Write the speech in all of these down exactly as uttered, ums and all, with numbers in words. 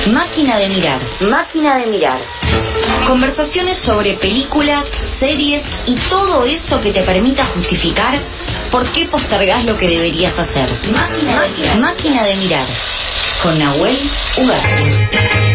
Máquina de mirar. Máquina de mirar. Conversaciones sobre películas, series y todo eso que te permita justificar por qué postergás lo que deberías hacer. Máquina de mirar. Máquina de mirar. Con Nahuel Ugarte.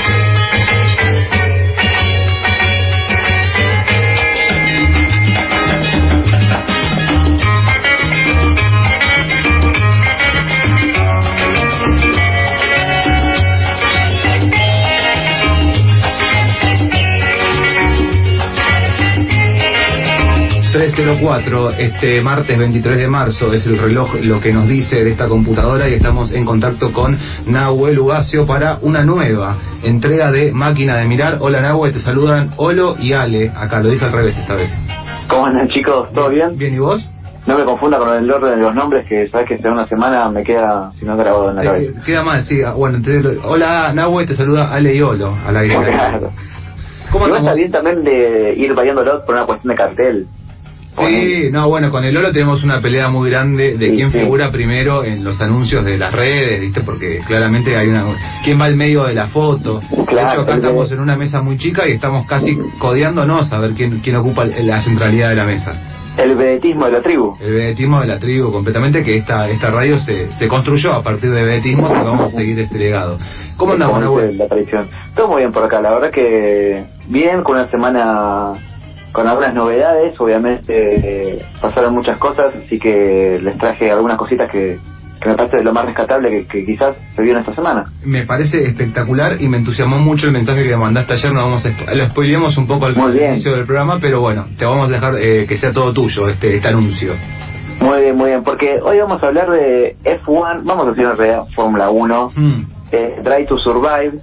tres cero cuatro, este martes veintitrés de marzo es el reloj lo que nos dice de esta computadora y estamos en contacto con Nahuel Ugacio para una nueva entrega de Máquina de Mirar. Hola Nahuel, te saludan Olo y Ale, acá lo dije al revés esta vez. ¿Cómo andan chicos? ¿Todo bien? Bien, ¿y vos? No me confunda con el orden de los nombres, que sabes que hace una semana me queda, si no, grabado en la cabeza. Queda mal, sí, bueno, entonces, hola Nahuel, te saluda Ale y Olo al aire. Claro. ¿Cómo estamos? Está bien también de ir variándolo por una cuestión de cartel. Sí, no, bueno, con el Olo tenemos una pelea muy grande de sí, quién sí. figura primero en los anuncios de las redes, ¿viste? Porque claramente hay una... ¿Quién va al medio de la foto? Claro, de hecho, acá el estamos de... en una mesa muy chica y estamos casi codeándonos a ver quién, quién ocupa la centralidad de la mesa. El vedetismo de la tribu. El vedetismo de la tribu, completamente, que esta esta radio se, se construyó a partir de vedetismos y vamos a seguir este legado. ¿Cómo andamos, Nahuel? La tradición. Todo muy bien por acá, la verdad que bien, con una semana... con algunas novedades, obviamente eh, pasaron muchas cosas, así que les traje algunas cositas que, que me parece de lo más rescatable que, que quizás se vio en esta semana. Me parece espectacular y me entusiasmó mucho el mensaje que me mandaste ayer. No vamos a lo spoileamos un poco al inicio del programa, pero bueno, te vamos a dejar eh, que sea todo tuyo este, este anuncio. Muy bien, muy bien, porque hoy vamos a hablar de F uno, vamos a decir en realidad Fórmula uno, mm. eh, Drive to Survive,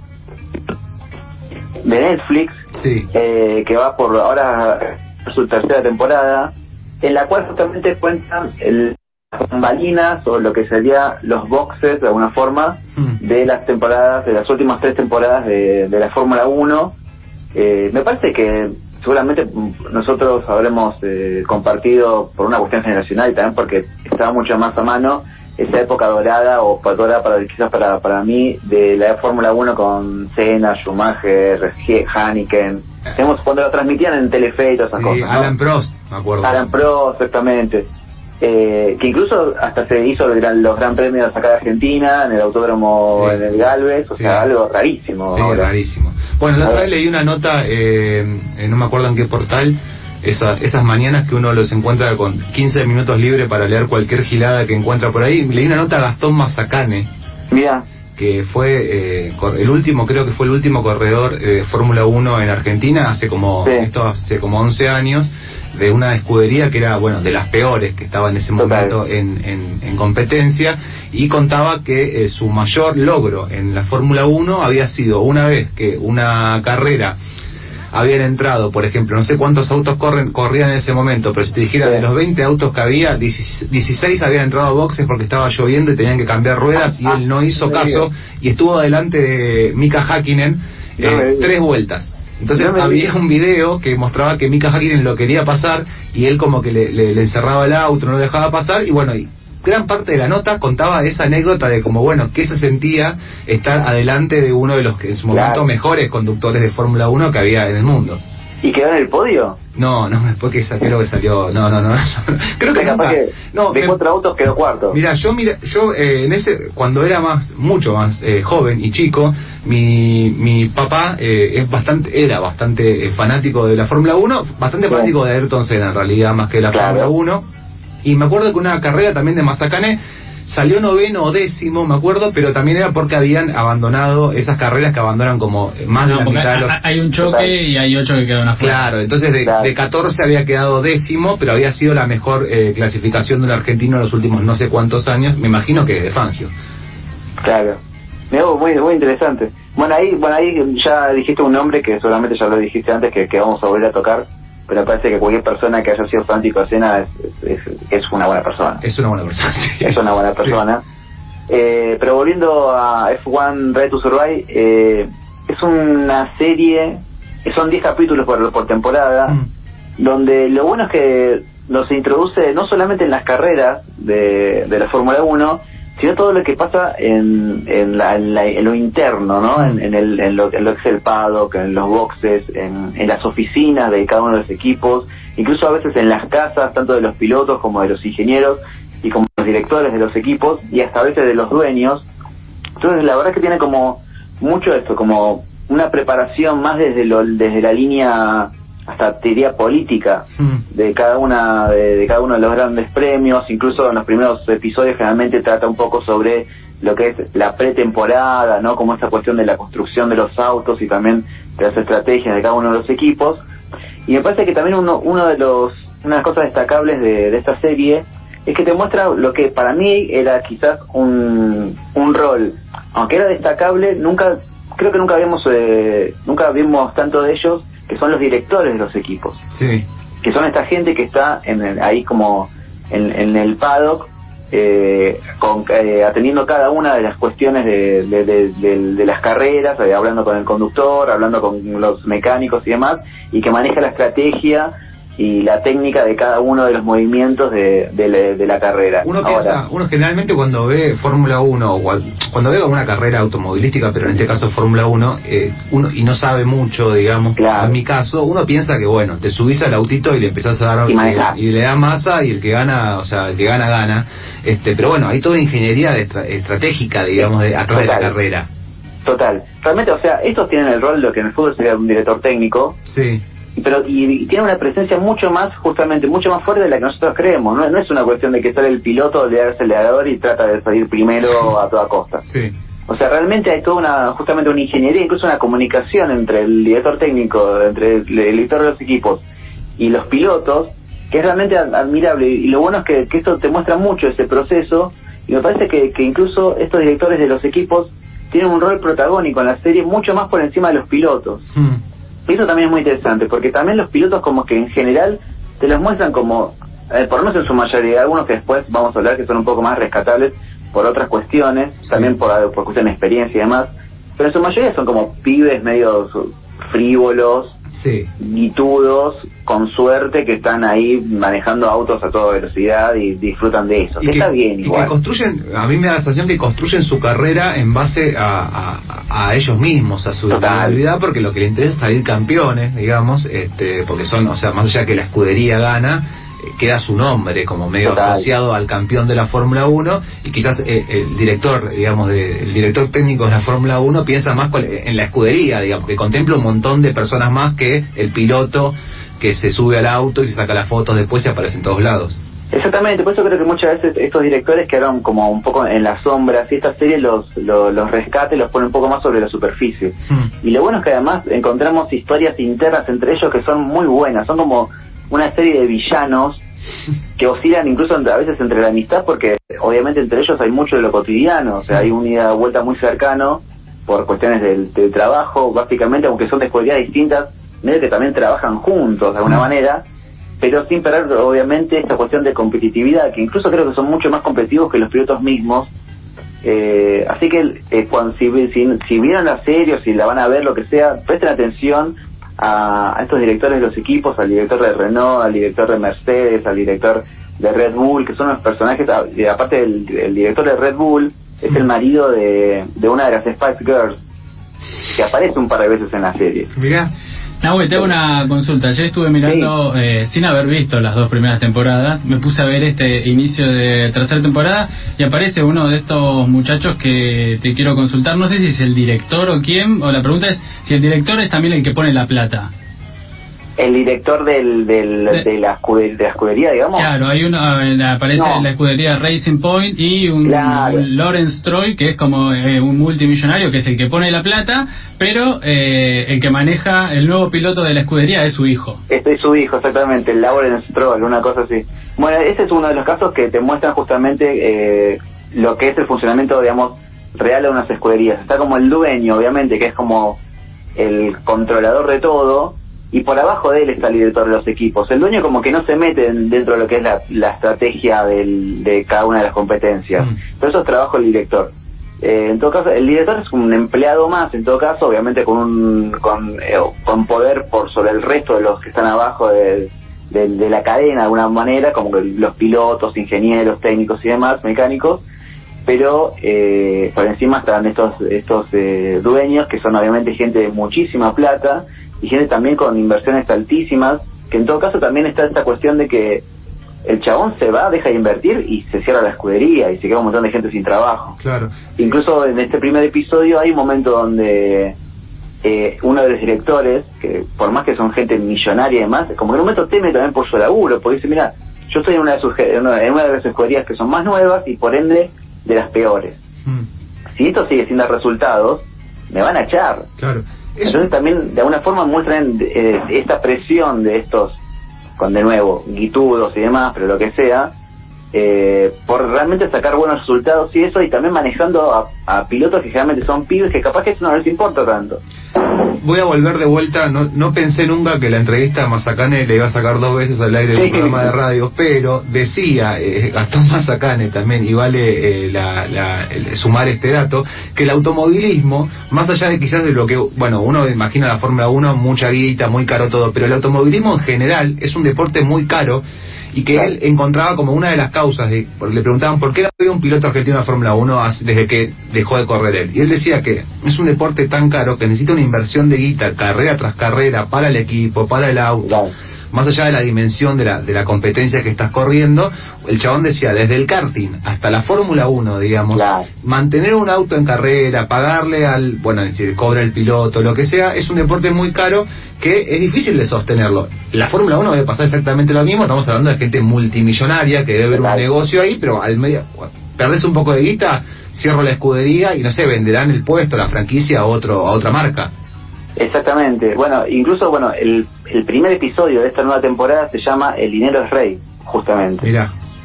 de Netflix, sí. eh, que va por ahora su tercera temporada, en la cual justamente cuentan el, las bambalinas o lo que sería los boxes de alguna forma mm. de las temporadas, de las últimas tres temporadas de, de la Fórmula uno. Eh, me parece que seguramente nosotros habremos eh, compartido por una cuestión generacional y también porque estaba mucho más a mano esa época dorada o dorada para quizás para para mí de la Fórmula uno con Senna, Schumacher, Hanneken. Tenemos cuando lo transmitían en Telefe y todas esas sí, cosas, ¿no? Alan Prost, me acuerdo. Alan Prost, exactamente. Eh, que incluso hasta se hizo el gran, los Gran Premios acá de Argentina, en el autódromo, sí. en el Galvez, o sí. sea, algo rarísimo. Sí, ahora. rarísimo. Bueno, la otra vez leí una nota, eh, no me acuerdo en qué portal, Esa, esas mañanas que uno los encuentra con quince minutos libre para leer cualquier gilada que encuentra por ahí. Leí una nota a Gastón Mazacane, mira, que fue eh, el último, creo que fue el último corredor de eh, Fórmula uno en Argentina hace como sí. esto hace como once años, de una escudería que era, bueno, de las peores que estaba en ese momento en, en, en competencia, y contaba que eh, su mayor logro en la Fórmula uno había sido una vez que una carrera habían entrado, por ejemplo, no sé cuántos autos corren corrían en ese momento, pero si te dijera sí. de los veinte autos que había, dieciséis habían entrado a boxes porque estaba lloviendo y tenían que cambiar ruedas, y él no hizo caso y estuvo delante de Mika Häkkinen eh, no tres vueltas. Entonces no había un video que mostraba que Mika Häkkinen lo quería pasar y él como que le, le, le encerraba el auto, no lo dejaba pasar, y bueno, y gran parte de la nota contaba esa anécdota de como, bueno, qué se sentía estar adelante de uno de los que en su momento claro. mejores conductores de Fórmula uno que había en el mundo. ¿Y quedó en el podio? No, no, después que creo que salió, no, no, no, creo que capaz que no, de me, cuatro autos quedó cuarto. Mira, yo mira, yo eh, en ese cuando era más, mucho más eh, joven y chico, mi mi papá eh, es bastante, era bastante eh, fanático de la Fórmula uno, bastante sí. fanático de Ayrton Senna en realidad más que de la claro. Fórmula uno. Y me acuerdo que una carrera también de Mazacane salió noveno o décimo, me acuerdo, pero también era porque habían abandonado esas carreras que abandonan como más no, de la mitad de los... Hay un choque y hay ocho que quedan afuera. Claro, entonces de, claro. de catorce había quedado décimo, pero había sido la mejor eh, clasificación de un argentino en los últimos no sé cuántos años, me imagino que de Fangio. Claro, muy, muy interesante. Bueno, ahí bueno ahí ya dijiste un nombre que seguramente ya lo dijiste antes, que, que vamos a volver a tocar. Pero parece que cualquier persona que haya sido fanático de Senna es, es, es una buena persona. Es una buena persona. Es una buena persona. Sí. Eh, pero volviendo a F uno Drive to Survive, eh, es una serie, son diez capítulos por, por temporada, mm. donde lo bueno es que nos introduce no solamente en las carreras de, de la Fórmula uno, sino todo lo que pasa en, en, la, en, la, en lo interno, ¿no? En, en, el, en, lo, en lo que es el paddock, en los boxes, en, en las oficinas de cada uno de los equipos, incluso a veces en las casas, tanto de los pilotos como de los ingenieros y como los directores de los equipos, y hasta a veces de los dueños. Entonces la verdad que tiene como mucho esto, como una preparación más desde lo, desde la línea hasta teoría política mm. de cada una de, de cada uno de los grandes premios. Incluso en los primeros episodios generalmente trata un poco sobre lo que es la pretemporada, ¿no? Como esa cuestión de la construcción de los autos y también de las estrategias de cada uno de los equipos. Y me parece que también uno uno de los una de las cosas destacables de, de esta serie es que te muestra lo que para mí era quizás un un rol, aunque era destacable, nunca creo que nunca vimos eh, nunca vimos tanto de ellos, que son los directores de los equipos, sí, que son esta gente que está en el, ahí como en, en el paddock, eh, con, eh, atendiendo cada una de las cuestiones de, de, de, de, de las carreras, eh, hablando con el conductor, hablando con los mecánicos y demás, y que maneja la estrategia y la técnica de cada uno de los movimientos de, de, la, de la carrera. Uno piensa, Ahora, uno generalmente cuando ve Fórmula uno o cuando ve una carrera automovilística, pero en este caso Fórmula uno, eh, uno y no sabe mucho, digamos, claro. En mi caso, uno piensa que bueno, te subís al autito y le empezás a dar y, y, y le da masa y el que gana, o sea, el que gana gana. Este, pero bueno, hay toda una ingeniería de estra estratégica, digamos, de atrás de la carrera. Total. Realmente, o sea, estos tienen el rol de lo que en el fútbol sería un director técnico. Sí. Pero y, y tiene una presencia mucho más, justamente, mucho más fuerte de la que nosotros creemos. No, no es una cuestión de que sale el piloto, le da el acelerador y trata de salir primero a toda costa. Sí. O sea, realmente hay toda una, justamente una ingeniería, incluso una comunicación entre el director técnico, entre el, el director de los equipos y los pilotos, que es realmente admirable. Y lo bueno es que, que esto te muestra mucho ese proceso, y me parece que, que incluso estos directores de los equipos tienen un rol protagónico en la serie, mucho más por encima de los pilotos. Mm. Y eso también es muy interesante, porque también los pilotos como que en general te los muestran como, eh, por lo menos en su mayoría, algunos que después vamos a hablar que son un poco más rescatables por otras cuestiones, sí. También por, por cuestión de experiencia y demás, pero en su mayoría son como pibes medio frívolos, sí, guitudos, con suerte, que están ahí manejando autos a toda velocidad y disfrutan de eso, que, que está bien y igual. Que construyen, a mí me da la sensación que construyen su carrera en base a, a, a ellos mismos, a su individualidad, porque lo que les interesa es salir campeones, digamos, este, porque son, o sea, más allá que la escudería gana, queda su nombre como medio Total. asociado al campeón de la Fórmula uno, y quizás el, el director, digamos, de, el director técnico de la Fórmula uno piensa más en la escudería, digamos, que contempla un montón de personas más que el piloto que se sube al auto y se saca las fotos después y aparece en todos lados. Exactamente, por eso creo que muchas veces estos directores quedaron como un poco en las sombras, y esta serie los, los, los rescate, los pone un poco más sobre la superficie. Hmm. Y lo bueno es que además encontramos historias internas entre ellos que son muy buenas, son como una serie de villanos que oscilan incluso a veces entre la amistad, porque obviamente entre ellos hay mucho de lo cotidiano, o sea, hay un ida y vuelta muy cercano por cuestiones del, del trabajo, básicamente, aunque son de escuelas distintas, medio que también trabajan juntos de alguna manera, pero sin perder obviamente esta cuestión de competitividad, que incluso creo que son mucho más competitivos que los pilotos mismos. Eh, así que eh, cuando si, si, si vieron la serie o si la van a ver, lo que sea, presten atención a, a estos directores de los equipos, al director de Renault, al director de Mercedes, al director de Red Bull, que son los personajes, aparte del el director de Red Bull es el marido de, de una de las Spice Girls, que aparece un par de veces en la serie. Mirá. Nahue, te hago una consulta. Ayer estuve mirando, sí. eh, sin haber visto las dos primeras temporadas, me puse a ver este inicio de tercera temporada y aparece uno de estos muchachos que te quiero consultar. No sé si es el director o quién, o la pregunta es si el director es también el que pone la plata. El director del, del, de, de, la escudería, de la escudería, digamos. Claro, hay uno, aparece no. en la escudería Racing Point y un, claro. un Lawrence Troy, que es como eh, un multimillonario, que es el que pone la plata, pero eh, el que maneja el nuevo piloto de la escudería es su hijo. Este es su hijo, exactamente, el Lawrence Troy, una cosa así. Bueno, ese es uno de los casos que te muestran justamente eh, lo que es el funcionamiento, digamos, real de unas escuderías. Está como el dueño, obviamente, que es como el controlador de todo, y por abajo de él está el director de los equipos. El dueño como que no se mete dentro de lo que es la, la estrategia del, de cada una de las competencias. Mm. Pero eso es trabajo del director. Eh, en todo caso, el director es un empleado más, en todo caso, obviamente con un con, eh, con poder por sobre el resto de los que están abajo de, de, de la cadena, de alguna manera, como los pilotos, ingenieros, técnicos y demás, mecánicos. pero eh, por encima están estos estos eh, dueños que son obviamente gente de muchísima plata y gente también con inversiones altísimas, que en todo caso también está esta cuestión de que el chabón se va, deja de invertir y se cierra la escudería y se queda un montón de gente sin trabajo. Claro. Incluso en este primer episodio hay un momento donde eh, uno de los directores, que por más que son gente millonaria y demás, como que en un momento teme también por su laburo, porque dice, mira, yo estoy en una de sus en una, en una de las escuderías que son más nuevas y por ende de las peores. Hmm. Si esto sigue sin dar resultados, me van a echar. Claro. Entonces también de alguna forma muestran eh, esta presión de estos, con de nuevo, guitudos y demás, pero lo que sea, eh, por realmente sacar buenos resultados y eso, y también manejando a, a pilotos que generalmente son pibes que capaz que eso no les importa tanto. Voy a volver de vuelta, no, no pensé nunca que la entrevista a Mazacane le iba a sacar dos veces al aire de un programa de radio, pero decía eh, Gastón Mazacane también, y vale eh, la, la, el, sumar este dato, que el automovilismo, más allá de quizás de lo que, bueno, uno imagina la Fórmula uno, mucha guita, muy caro todo, pero el automovilismo en general es un deporte muy caro, y que él encontraba como una de las causas, de, le preguntaban por qué no había un piloto argentino en Fórmula uno desde que dejó de correr él, y él decía que es un deporte tan caro que necesita una inversión de guita, carrera tras carrera, para el equipo, para el auto, más allá de la dimensión de la, de la competencia que estás corriendo. El chabón decía, desde el karting hasta la Fórmula uno, digamos, claro, mantener un auto en carrera, pagarle al, bueno, si cobra el piloto, lo que sea, es un deporte muy caro que es difícil de sostenerlo. La Fórmula uno debe pasar exactamente lo mismo, estamos hablando de gente multimillonaria que debe ver un negocio ahí, pero al medio, perdés un poco de guita, cierro la escudería y no sé, venderán el puesto, la franquicia a otro, a otra marca. Exactamente. Bueno, incluso, bueno, el, el primer episodio de esta nueva temporada se llama El dinero es rey, justamente. Mira.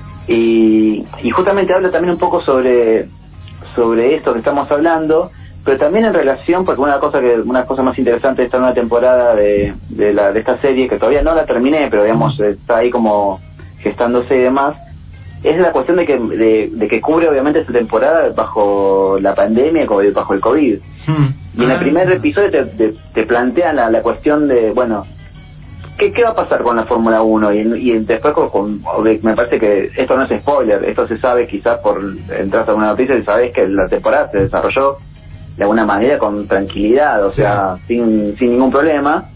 Y, y justamente habla también un poco sobre sobre esto que estamos hablando, pero también en relación, porque una cosa que una cosa más interesante de esta nueva temporada de, de, la, de esta serie, que todavía no la terminé, pero digamos está ahí como gestándose y demás, es la cuestión de que de, de que cubre obviamente esta temporada bajo la pandemia, bajo el COVID. Hmm. Y en el primer episodio te, te, te plantean la, la cuestión de, bueno, ¿qué, qué va a pasar con la Fórmula uno? Y, y después, con, con, me parece que esto no es spoiler, esto se sabe quizás por entrar a una noticia y sabes que la temporada se desarrolló de alguna manera con tranquilidad, o sea, sí, sin, sin ningún problema.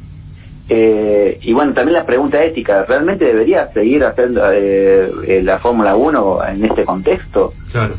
Eh, y bueno, también la pregunta ética, ¿realmente debería seguir haciendo eh, eh, la Fórmula uno en este contexto? Claro.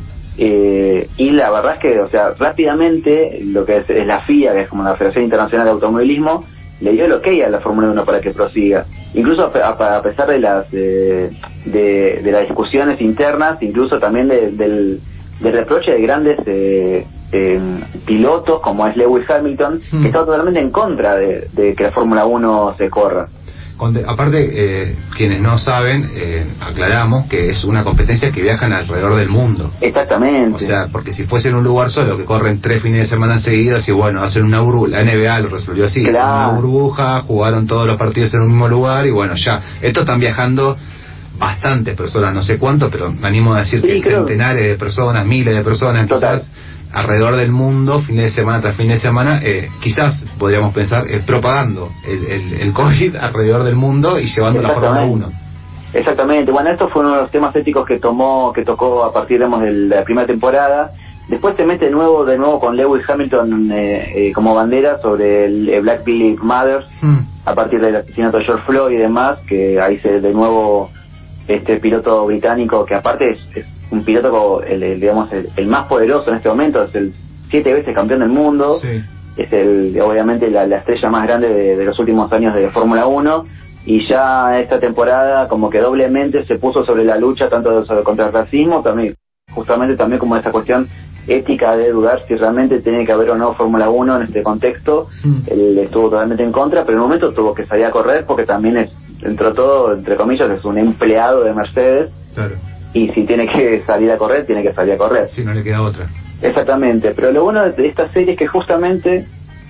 Eh, y la verdad es que, o sea, rápidamente lo que es, es la F I A, que es como la Federación Internacional de Automovilismo, le dio el ok a la Fórmula uno para que prosiga. Incluso a, a, a pesar de las eh, de, de las discusiones internas, incluso también de, del, del reproche de grandes eh, eh, pilotos como es Lewis Hamilton, hmm. que estaba totalmente en contra de, de que la Fórmula uno se corra. Aparte, eh, quienes no saben, eh, aclaramos que es una competencia que viajan alrededor del mundo. Exactamente. O sea, porque si fuese en un lugar solo, que corren tres fines de semana seguidos, y bueno, hacen una burbuja, la N B A lo resolvió así, claro, una burbuja, jugaron todos los partidos en un mismo lugar, y bueno, ya. Estos están viajando bastantes personas, no sé cuánto, pero me animo a decir sí, que creo. centenares de personas, miles de personas, Total. quizás, alrededor del mundo, fin de semana tras fin de semana, eh, quizás podríamos pensar eh, propagando el, el, el COVID alrededor del mundo y llevando la Fórmula uno. Exactamente. Bueno, esto fue uno de los temas éticos que tomó, que tocó a partir, digamos, de la primera temporada. Después se mete de nuevo, de nuevo con Lewis Hamilton eh, eh, como bandera sobre el eh, Black Lives Matter, hmm. a partir del asesinato de George Floyd y demás, que ahí se de nuevo este piloto británico, que aparte es, es un piloto como el, el digamos el, el más poderoso en este momento, es el siete veces campeón del mundo, sí. es el obviamente la, la estrella más grande de, de los últimos años de Fórmula uno, y ya esta temporada como que doblemente se puso sobre la lucha tanto sobre, contra el racismo, también justamente también como esa cuestión ética de dudar si realmente tiene que haber o no Fórmula uno en este contexto. mm. Él estuvo totalmente en contra, pero en un momento tuvo que salir a correr porque también es, dentro de todo, entre comillas, es un empleado de Mercedes. Claro. Y si tiene que salir a correr, tiene que salir a correr. Si no le queda otra. Exactamente, pero lo bueno de esta serie es que justamente,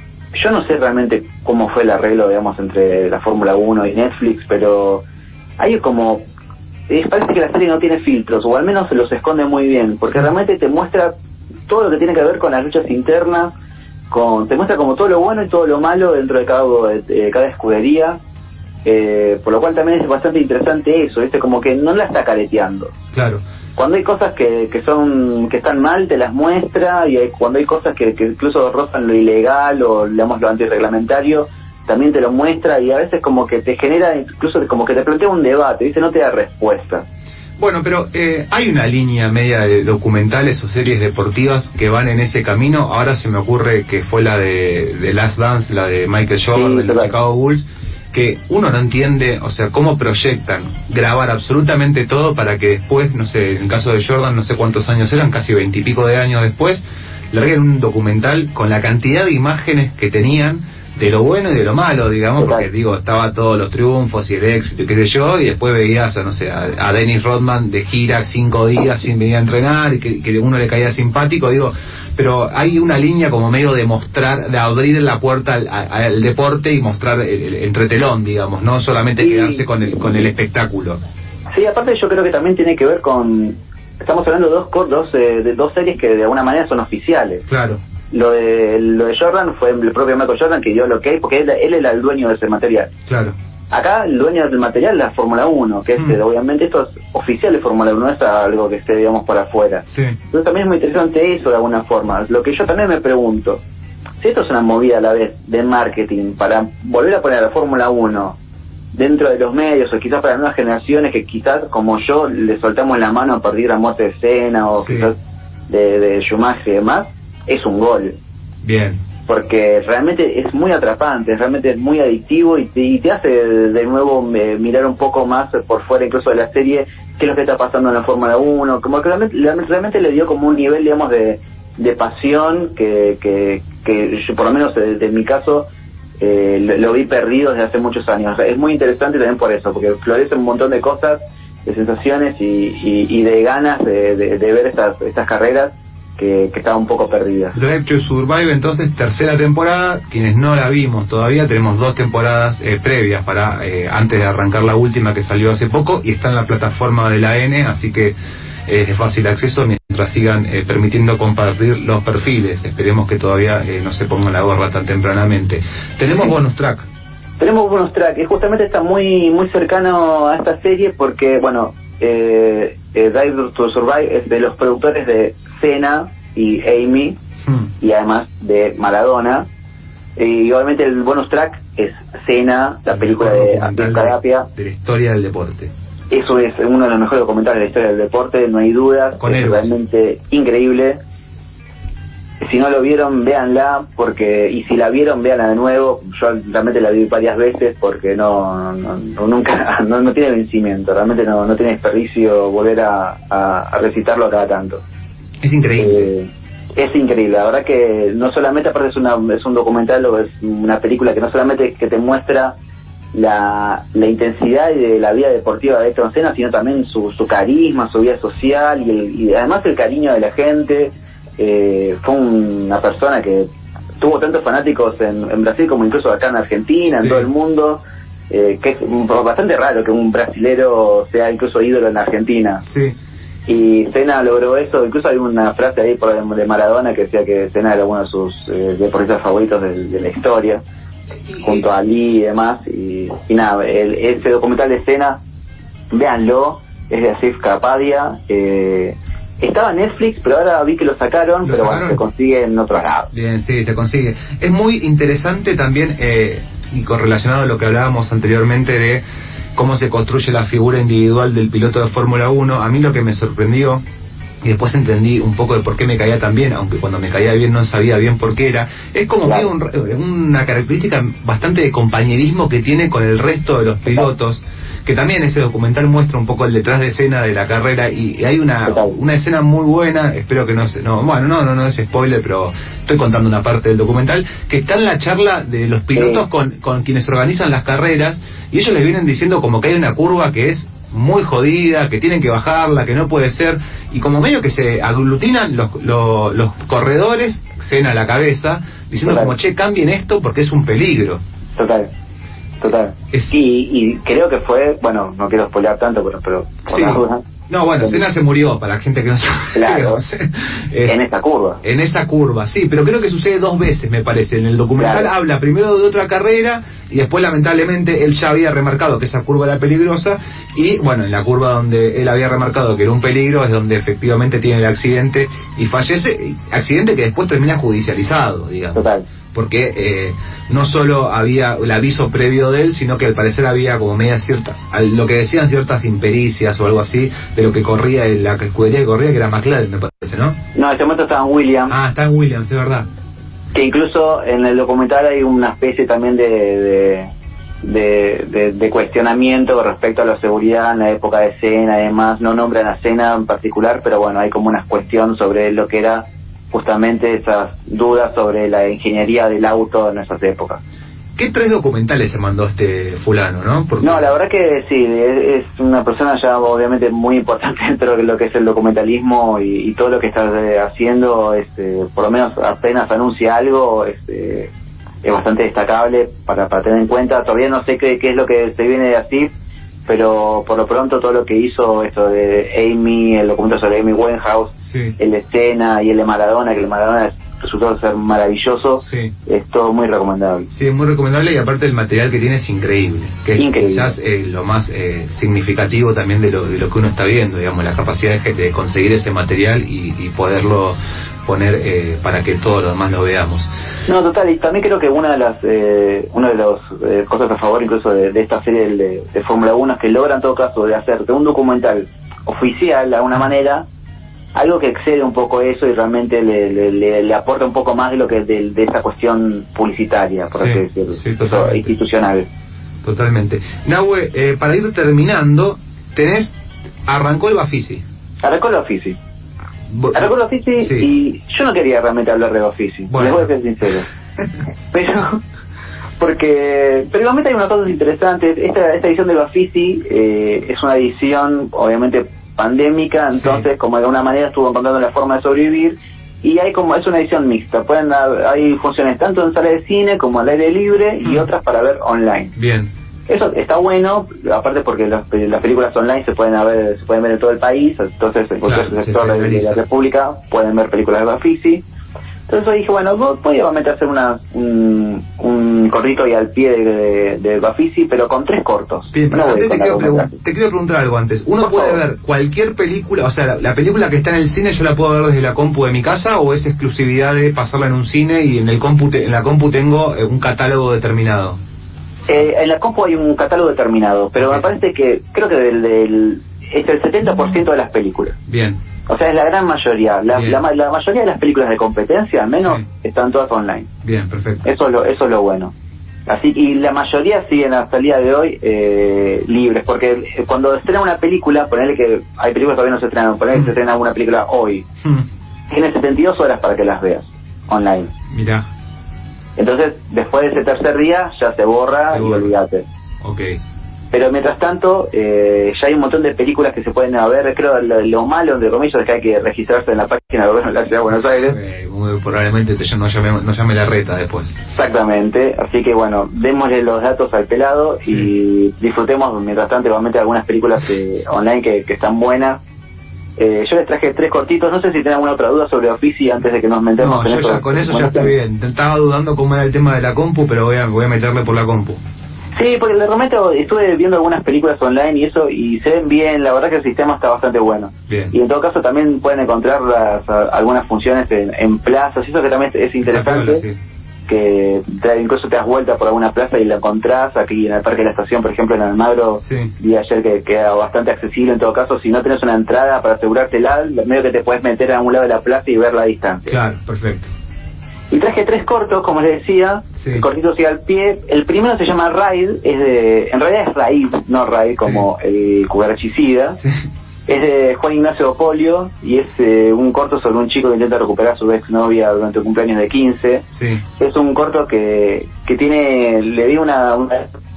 yo no sé realmente cómo fue el arreglo, digamos, entre la Fórmula uno y Netflix, pero hay como, eh, parece que la serie no tiene filtros, o al menos se los esconde muy bien, porque realmente te muestra todo lo que tiene que ver con las luchas internas, con te muestra como todo lo bueno y todo lo malo dentro de cada, de, de cada escudería, Eh, por lo cual también es bastante interesante eso, ¿viste? Como que no la está careteando. Claro. Cuando hay cosas que, que son que están mal, te las muestra, y hay, cuando hay cosas que, que incluso rozan lo ilegal o, digamos, lo antirreglamentario, también te lo muestra, y a veces como que te genera, incluso como que te plantea un debate, ¿viste? No te da respuesta. Bueno, pero eh, hay una línea media de documentales o series deportivas que van en ese camino. Ahora se me ocurre que fue la de, de Last Dance, la de Michael Jordan, sí, de los Chicago Bulls, que uno no entiende, o sea, cómo proyectan grabar absolutamente todo para que después, no sé, en el caso de Jordan, no sé cuántos años eran, casi veintipico de años después, larguen un documental con la cantidad de imágenes que tenían de lo bueno y de lo malo, digamos, porque digo, estaba todos los triunfos y el éxito, qué sé yo, y después veías, no sé, a, a Dennis Rodman de gira cinco días sin venir a entrenar, y que, que uno le caía simpático, digo, pero hay una línea como medio de mostrar, de abrir la puerta al, al deporte y mostrar el, el entretelón, digamos, no solamente sí. quedarse con el, con el espectáculo. Sí, aparte yo creo que también tiene que ver con, estamos hablando de dos, dos, eh, de dos series que de alguna manera son oficiales. Claro. Lo de lo de Jordan fue el propio Michael Jordan que dio lo que hay, porque él, él era el dueño de ese material. Claro. Acá el dueño del material es la Fórmula uno, que es, mm. obviamente esto es oficial de Fórmula uno, no es algo que esté, digamos, por afuera. Sí. Entonces también es muy interesante eso de alguna forma. Lo que yo también me pregunto, si esto es una movida a la vez de marketing para volver a poner a la Fórmula uno dentro de los medios, o quizás para nuevas generaciones que quizás como yo le soltamos la mano a partir de la muerte de Senna o sí. quizás de, de Schumacher y demás, es un gol. Bien. Porque realmente es muy atrapante, realmente es muy adictivo, y te, y te hace de, de nuevo eh, mirar un poco más por fuera incluso de la serie qué es lo que está pasando en la Fórmula uno, como que realmente, realmente le dio como un nivel, digamos, de, de pasión que, que, que yo, por lo menos de, de mi caso, eh, lo, lo vi perdido desde hace muchos años. O sea, es muy interesante también por eso, porque florece un montón de cosas, de sensaciones y, y, y de ganas de, de, de ver estas, estas carreras que, que estaba un poco perdida. Drive to Survive, entonces, tercera temporada. Quienes no la vimos todavía, tenemos dos temporadas eh, previas para eh, antes de arrancar la última que salió hace poco, y está en la plataforma de la N, así que eh, es de fácil acceso mientras sigan eh, permitiendo compartir los perfiles. Esperemos que todavía eh, no se ponga la gorra tan tempranamente. Tenemos bonus track. Tenemos bonus track, y justamente está muy muy cercano a esta serie porque, bueno, eh, eh, Drive to Survive es de los productores de Senna y Amy, hmm. y además de Maradona, y obviamente el bonus track es Senna, la película de Abdel Carapia, de la historia del deporte. Eso es uno de los mejores documentales de la historia del deporte, no hay dudas. Con es héroes. Realmente increíble. Si no lo vieron, véanla, porque, y si la vieron, véanla de nuevo. Yo realmente la vi varias veces porque no, no, no nunca, no, no tiene vencimiento, realmente no, no tiene desperdicio volver a, a, a recitarlo a cada tanto. Es increíble. Eh, es increíble, la verdad que no solamente, aparte es una es un documental o es una película que no solamente que te muestra la, la intensidad y de la vida deportiva de Ayrton Senna, sino también su, su carisma, su vida social y, el, y además el cariño de la gente. Eh, fue una persona que tuvo tantos fanáticos en, en Brasil como incluso acá en Argentina, sí. en todo el mundo, eh, que es bastante raro que un brasilero sea incluso ídolo en Argentina. Sí. Y Senna logró eso. Incluso hay una frase ahí por, de Maradona que decía que Senna era uno de sus eh, deportistas favoritos de, de la historia, junto a Ali y demás. Y, y nada, el, ese documental de Senna, véanlo, es de Asif Kapadia. Eh, Estaba en Netflix, pero ahora vi que lo sacaron, ¿Lo pero sacaron? Bueno, se consigue en otros lados. Bien, sí, se consigue. Es muy interesante también, eh, y correlacionado a lo que hablábamos anteriormente de cómo se construye la figura individual del piloto de Fórmula uno. A mí lo que me sorprendió, y después entendí un poco de por qué me caía tan bien, aunque cuando me caía bien no sabía bien por qué era, es como claro. un, una característica bastante de compañerismo que tiene con el resto de los pilotos, que también ese documental muestra un poco el detrás de escena de la carrera, y hay una una escena muy buena, espero que no se, no bueno no no no es spoiler, pero estoy contando una parte del documental, que está en la charla de los pilotos sí. con, con quienes organizan las carreras, y ellos les vienen diciendo como que hay una curva que es muy jodida, que tienen que bajarla, que no puede ser, y como medio que se aglutinan los, los, los corredores, Senna a la cabeza, diciendo Total. como, che, cambien esto porque es un peligro. Total, total. Es... Y, y creo que fue, bueno, no quiero spoilear tanto, pero, pero por sí. la duda, No, bueno, Senna se murió, para la gente que no sabe. Claro, eh, en esa curva. En esa curva, sí, pero creo que sucede dos veces, me parece. En el documental claro. habla primero de otra carrera y después, lamentablemente, él ya había remarcado que esa curva era peligrosa y, bueno, en la curva donde él había remarcado que era un peligro es donde efectivamente tiene el accidente y fallece, accidente que después termina judicializado, digamos. Total. Porque eh, no solo había el aviso previo de él, sino que al parecer había como media cierta, lo que decían ciertas impericias o algo así, de lo que corría, la escudería que corría, que era McLaren, me parece, ¿no? No, en este momento estaba en Williams. Ah, está en Williams, es verdad. Que incluso en el documental hay una especie también de, de, de, de, de cuestionamiento con respecto a la seguridad en la época de Senna, además, no nombran a Senna en particular, pero bueno, hay como una cuestión sobre lo que era justamente esas dudas sobre la ingeniería del auto en esas épocas. ¿Qué tres documentales se mandó este fulano, no? Porque... No, la verdad que sí, es, es una persona ya obviamente muy importante dentro de lo que es el documentalismo y, y todo lo que está haciendo, este, por lo menos apenas anuncia algo, este, es bastante destacable para, para tener en cuenta. Todavía no sé qué, qué es lo que se viene de así, pero por lo pronto todo lo que hizo esto de Amy, el documento sobre Amy Winehouse, sí. el de Senna y el de Maradona, que el Maradona resultó ser maravilloso, sí. es todo muy recomendable. Sí, es muy recomendable y aparte el material que tiene es increíble, que es increíble. Quizás eh, lo más eh, significativo también de lo, de lo que uno está viendo, digamos, la capacidad de, de conseguir ese material y, y poderlo poner eh, para que todos los demás lo veamos. No, total, y también creo que una de las eh, una de las eh, cosas a favor incluso de, de esta serie de, de Fórmula uno es que logra en todo caso de hacerte un documental oficial de alguna manera, algo que excede un poco eso y realmente le, le, le, le aporta un poco más de lo que de, de esa cuestión publicitaria, por sí, así decirlo, sí, eso, institucional. Totalmente. Nahue, eh, para ir terminando, tenés, arrancó el Bafisi. Arrancó el Bafisi. Arrancó el Bafisi sí. Y yo no quería realmente hablar de Bafisi, bueno. Les voy a ser sincero. pero, porque, pero realmente hay unas cosas interesantes. Esta, esta edición del Bafisi eh, es una edición, obviamente, pandémica, entonces sí. como de alguna manera estuvo encontrando la forma de sobrevivir y hay como es una edición mixta, pueden dar, hay funciones tanto en sala de cine como al aire libre y mm. otras para ver online. Bien. Eso está bueno, aparte porque las, las películas online se pueden ver, se pueden ver en todo el país, entonces en cualquier claro, sector de, de la República pueden ver películas de Bafisi. Entonces yo dije, bueno, voy a meter a hacer una, un, un corrito y al pie de, de, de Bafisi, pero con tres cortos. Bien, pero no antes te quiero, pregun- te quiero preguntar algo antes. ¿Uno Por puede favor. ver cualquier película, o sea, la, la película que está en el cine yo la puedo ver desde la compu de mi casa o es exclusividad de pasarla en un cine y en el compu te, en la compu tengo eh, un catálogo determinado? Eh, en la compu hay un catálogo determinado, pero okay. me parece que, creo que del, del es el setenta por ciento de las películas. Bien. O sea, es la gran mayoría. La, la, la mayoría de las películas de competencia, al menos, sí. están todas online. Bien, perfecto. Eso es lo, eso es lo bueno. Así y la mayoría siguen hasta el día de hoy eh, libres, porque cuando estrena una película, ponerle que hay películas que todavía no se estrenan, ponerle mm. que se estrena una película hoy, mm. tiene setenta y dos horas para que las veas online. Mirá. Entonces, después de ese tercer día, ya se borra Seguro. y olvídate. Ok. Pero mientras tanto, eh, ya hay un montón de películas que se pueden ver. Creo lo, lo malo, entre comillas, es que hay que registrarse en la página de gobierno de la Ciudad de Buenos Aires. Eh, muy probablemente te, no, llame, no llame la reta después. Exactamente. Así que bueno, démosle los datos al pelado sí. y disfrutemos mientras tanto igualmente algunas películas eh, online que, que están buenas. Eh, yo les traje tres cortitos, no sé si tienen alguna otra duda sobre Bafisi antes de que nos metemos no, en yo eso. Ya, con eso bueno, ya está bien. Estaba dudando cómo era el tema de la compu, pero voy a, voy a meterle por la compu. Sí, porque realmente estuve viendo algunas películas online y eso, y se ven bien, la verdad que el sistema está bastante bueno. Bien. Y en todo caso también pueden encontrar las, a, algunas funciones en, en plazas, y eso que también es interesante, sí. que te, incluso te das vuelta por alguna plaza y la encontrás, aquí en el Parque de la Estación, por ejemplo, en Almagro, sí. vi ayer que queda bastante accesible en todo caso, si no tenés una entrada para asegurártela, medio que te puedes meter a un lado de la plaza y ver la distancia. Claro, perfecto. Y traje tres cortos, como les decía, sí. cortitos y al pie. El primero se llama Raid, es de, en realidad es Raid, no Raid como sí. el cucarachicida. Sí. Es de Juan Ignacio Polio y es eh, un corto sobre un chico que intenta recuperar a su exnovia durante el cumpleaños de quince. Sí. Es un corto que, que tiene, le di una... una...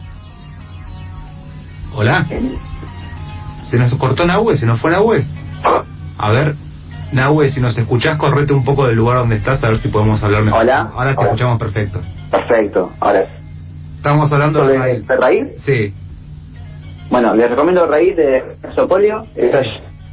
Hola. ¿Se nos cortó Nahue? ¿Se nos fue Nahue? A ver... Nahue, si nos escuchás, correte un poco del lugar donde estás, a ver si podemos hablar mejor. Hola. Ahora te Hola. escuchamos perfecto. Perfecto, ahora. Estamos hablando de, de de Raid. Sí. Bueno, les recomiendo Raid de Sopolio. Sí.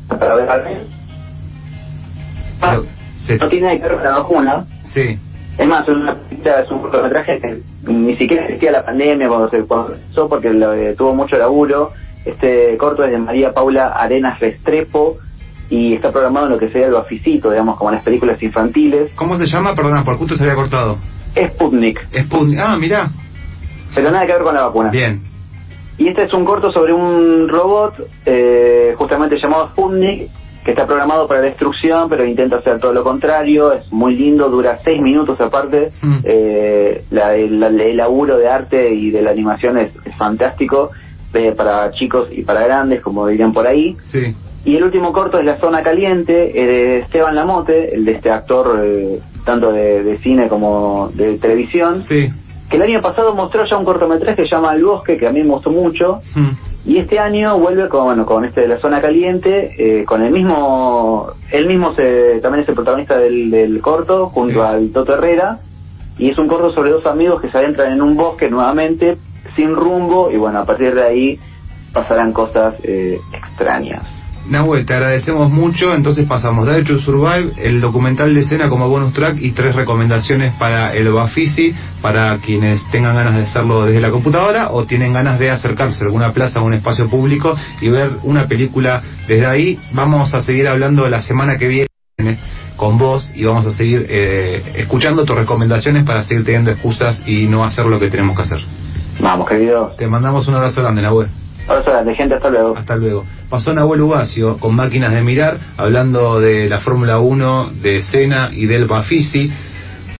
para ver al ah, se... no tiene nada que ver con la vacuna. Sí. Es más, es, una, es un cortometraje que ni siquiera existía la pandemia cuando se comenzó, porque lo, eh, tuvo mucho laburo. Este corto es de María Paula Arenas Restrepo y está programado en lo que sería el Bafisito, digamos, como en las películas infantiles. ¿Cómo se llama? Perdona, por justo se había cortado. Sputnik. Sputnik, ah, mirá. Pero nada que ver con la vacuna. Bien. Y este es un corto sobre un robot, eh, justamente llamado Sputnik, que está programado para la destrucción, pero intenta hacer todo lo contrario. Es muy lindo, dura seis minutos aparte. Mm. Eh, la, el, el laburo de arte y de la animación es, es fantástico, eh, para chicos y para grandes, como dirían por ahí. Sí. Y el último corto es La Zona Caliente, eh, de Esteban Lamote, el de este actor eh, tanto de, de cine como de televisión. Sí. Que el año pasado mostró ya un cortometraje que se llama El Bosque, que a mí me gustó mucho. Mm. Y este año vuelve con, bueno, con este de La Zona Caliente, eh, con el mismo, él mismo se, también es el protagonista del, del corto, junto sí. al Toto Herrera, y es un corto sobre dos amigos que se adentran en un bosque nuevamente, sin rumbo, y bueno, a partir de ahí pasarán cosas eh, extrañas. Nahuel, te agradecemos mucho. Entonces pasamos Dare to Survive, el documental de escena como bonus track y tres recomendaciones para el Bafisi, para quienes tengan ganas de hacerlo desde la computadora o tienen ganas de acercarse a alguna plaza o un espacio público y ver una película desde ahí. Vamos a seguir hablando la semana que viene con vos y vamos a seguir eh, escuchando tus recomendaciones para seguir teniendo excusas y no hacer lo que tenemos que hacer. Vamos, querido. Te mandamos un abrazo grande, Nahuel. Hola, de gente, hasta luego. Hasta luego. Pasó Nahuel Ugacio con Máquinas de Mirar, hablando de la Fórmula uno, de escena y del Bafisi.